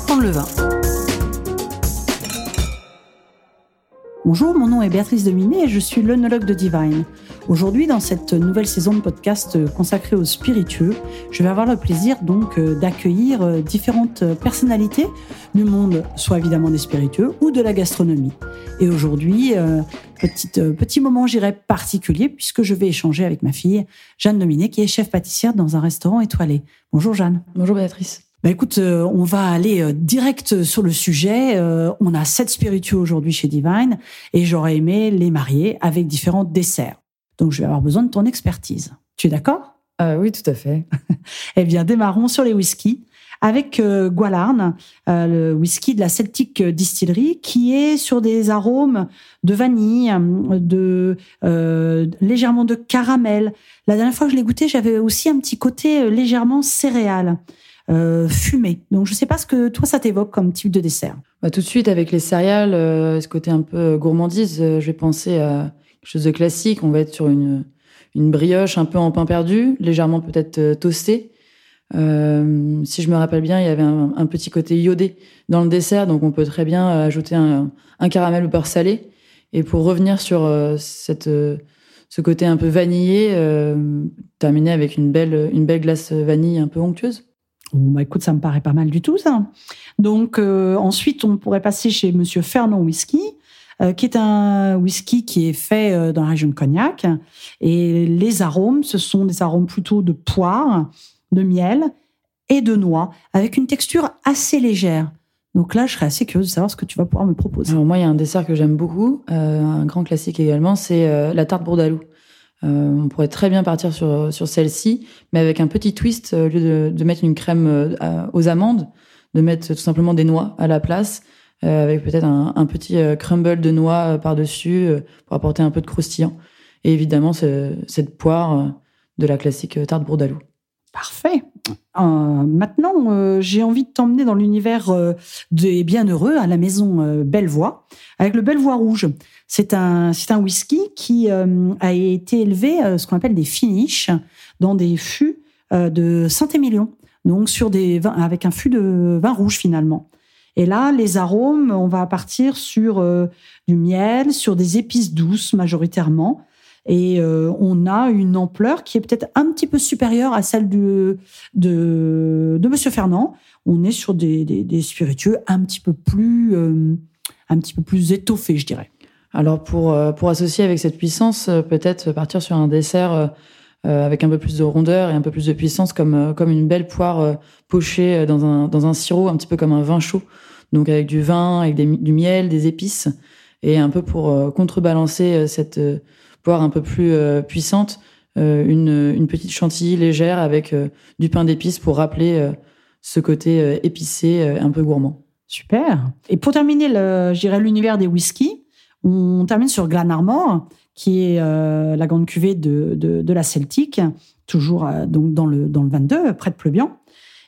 Apprendre le vin. Bonjour, mon nom est Béatrice Dominé et je suis l'œnologue de Divine. Aujourd'hui, dans cette nouvelle saison de podcast consacrée aux spiritueux, je vais avoir le plaisir donc d'accueillir différentes personnalités du monde, soit évidemment des spiritueux ou de la gastronomie. Et aujourd'hui, petit moment, j'irais, particulier, puisque je vais échanger avec ma fille, Jeanne Dominé, qui est chef pâtissière dans un restaurant étoilé. Bonjour Jeanne. Bonjour Béatrice. Écoute, on va aller direct sur le sujet. On a 7 spiritueux aujourd'hui chez Divine et j'aurais aimé les marier avec différents desserts. Donc, je vais avoir besoin de ton expertise. Tu es d'accord ? Oui, tout à fait. Eh bien, démarrons sur les whiskies avec Gwalarn, le whisky de la Celtic Distillery, qui est sur des arômes de vanille, légèrement de caramel. La dernière fois que je l'ai goûté, j'avais aussi un petit côté légèrement céréal. Fumé. Donc, je ne sais pas ce que toi, ça t'évoque comme type de dessert. Tout de suite, avec les céréales, ce côté un peu gourmandise, je vais penser à quelque chose de classique. On va être sur une brioche un peu en pain perdu, légèrement peut-être toastée. Si je me rappelle bien, il y avait un petit côté iodé dans le dessert, donc on peut très bien ajouter un caramel au beurre salé. Et pour revenir sur ce côté un peu vanillé, terminer avec une belle glace vanille un peu onctueuse. Écoute, ça me paraît pas mal du tout, ça. Donc, ensuite, on pourrait passer chez Monsieur Fernand Whisky, qui est un whisky qui est fait dans la région de Cognac. Et les arômes, ce sont des arômes plutôt de poire, de miel et de noix, avec une texture assez légère. Donc là, je serais assez curieuse de savoir ce que tu vas pouvoir me proposer. Alors moi, il y a un dessert que j'aime beaucoup, un grand classique également, c'est la tarte bourdaloue. On pourrait très bien partir sur celle-ci, mais avec un petit twist, au lieu de mettre une crème aux amandes, de mettre tout simplement des noix à la place, avec peut-être un petit crumble de noix par-dessus, pour apporter un peu de croustillant. Et évidemment, cette poire de la classique tarte bourdaloue. Parfait. Maintenant, j'ai envie de t'emmener dans l'univers des bienheureux à la maison Bellevoie, avec le Bellevoie rouge. C'est un whisky qui a été élevé, ce qu'on appelle des finishes, dans des fûts de Saint-Émilion, donc sur des vins, avec un fût de vin rouge finalement. Et là, les arômes, on va partir sur du miel, sur des épices douces majoritairement. Et on a une ampleur qui est peut-être un petit peu supérieure à celle de Monsieur Fernand. On est sur des spiritueux un petit peu plus étoffés, je dirais. Alors pour associer avec cette puissance, peut-être partir sur un dessert avec un peu plus de rondeur et un peu plus de puissance, comme une belle poire pochée dans un sirop, un petit peu comme un vin chaud. Donc avec du vin, avec du miel, des épices, et un peu pour contrebalancer cette poire un peu plus puissante, une petite chantilly légère avec du pain d'épices pour rappeler ce côté épicé, un peu gourmand. Super. Et pour terminer, je dirais l'univers des whiskies, on termine sur Glenarmor, qui est la grande cuvée de la Celtic, toujours donc dans le 22, près de Pleubian.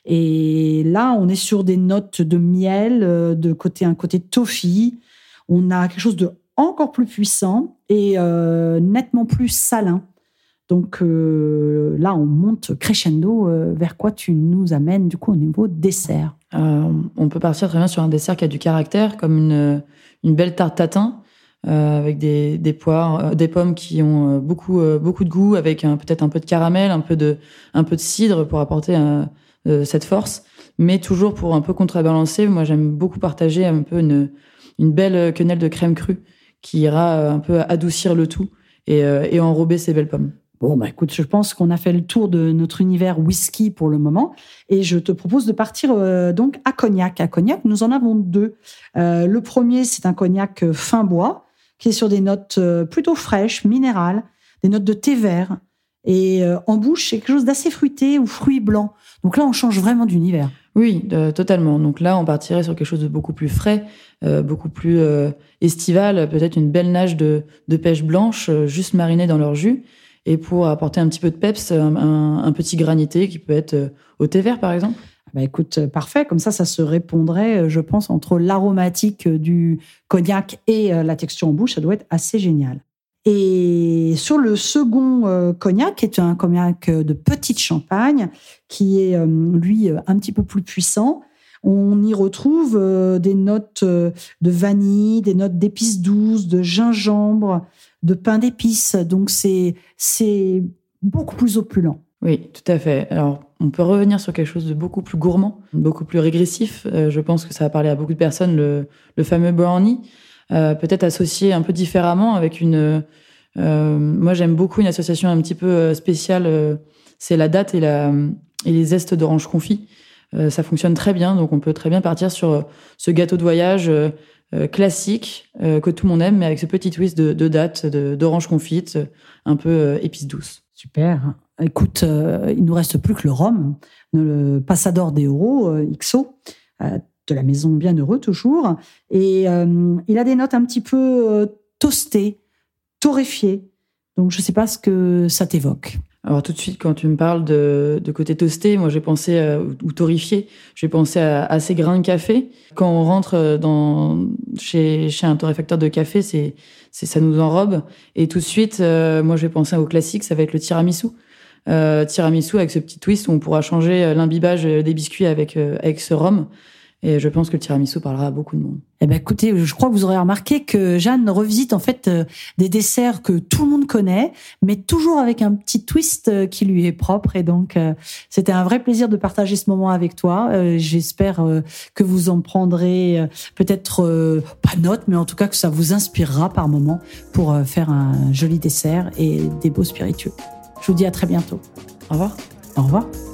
Et là, on est sur des notes de miel, un côté toffee. On a quelque chose de encore plus puissant et nettement plus salin. Donc là, on monte crescendo vers quoi tu nous amènes du coup au niveau dessert. On peut partir très bien sur un dessert qui a du caractère, comme une belle tarte tatin, avec des poires, des pommes qui ont beaucoup de goût, avec peut-être un peu de caramel, un peu de cidre pour apporter cette force, mais toujours pour un peu contrebalancer. Moi, j'aime beaucoup partager un peu une belle quenelle de crème crue qui ira un peu adoucir le tout et enrober ces belles pommes. Écoute, je pense qu'on a fait le tour de notre univers whisky pour le moment et je te propose de partir donc à Cognac. À Cognac, nous en avons 2. Le premier, c'est un cognac fin bois qui est sur des notes plutôt fraîches, minérales, des notes de thé vert et en bouche, c'est quelque chose d'assez fruité ou fruits blancs. Donc là, on change vraiment d'univers. Oui, totalement. Donc là, on partirait sur quelque chose de beaucoup plus frais, beaucoup plus estival, peut-être une belle nage de pêche blanche juste marinée dans leur jus. Et pour apporter un petit peu de peps, un petit granité qui peut être au thé vert, par exemple. Écoute, parfait. Comme ça se répondrait, je pense, entre l'aromatique du cognac et la texture en bouche. Ça doit être assez génial. Et sur le second cognac, qui est un cognac de petite Champagne, qui est, lui, un petit peu plus puissant, On y retrouve des notes de vanille, des notes d'épices douces, de gingembre, de pain d'épices. Donc, c'est beaucoup plus opulent. Oui, tout à fait. Alors, on peut revenir sur quelque chose de beaucoup plus gourmand, beaucoup plus régressif. Je pense que ça va parler à beaucoup de personnes, le fameux brownie. Peut-être associé un peu différemment avec moi, j'aime beaucoup une association un petit peu spéciale. C'est la date et les zestes d'orange confit. Ça fonctionne très bien, donc on peut très bien partir sur ce gâteau de voyage classique que tout le monde aime, mais avec ce petit twist de date, d'orange confite, un peu épice douce. Super. Écoute, il nous reste plus que le rhum, le Passador d'Oro XO, de la maison Bienheureux toujours. Et il a des notes un petit peu toastées, torréfiées. Donc, je ne sais pas ce que ça t'évoque. Alors tout de suite, quand tu me parles de côté toasté, moi j'ai pensé, ou torréfié, j'ai pensé à ces grains de café. Quand on rentre chez un torréfacteur de café, ça nous enrobe. Et tout de suite, moi j'ai pensé au classique, ça va être le tiramisu. Tiramisu avec ce petit twist où on pourra changer l'imbibage des biscuits avec ce rhum. Et je pense que le tiramisu parlera à beaucoup de monde. Eh ben, écoutez, je crois que vous aurez remarqué que Jeanne revisite en fait des desserts que tout le monde connaît, mais toujours avec un petit twist qui lui est propre. Et donc, c'était un vrai plaisir de partager ce moment avec toi. J'espère que vous en prendrez peut-être pas note, mais en tout cas que ça vous inspirera par moment pour faire un joli dessert et des beaux spiritueux. Je vous dis à très bientôt. Au revoir. Au revoir.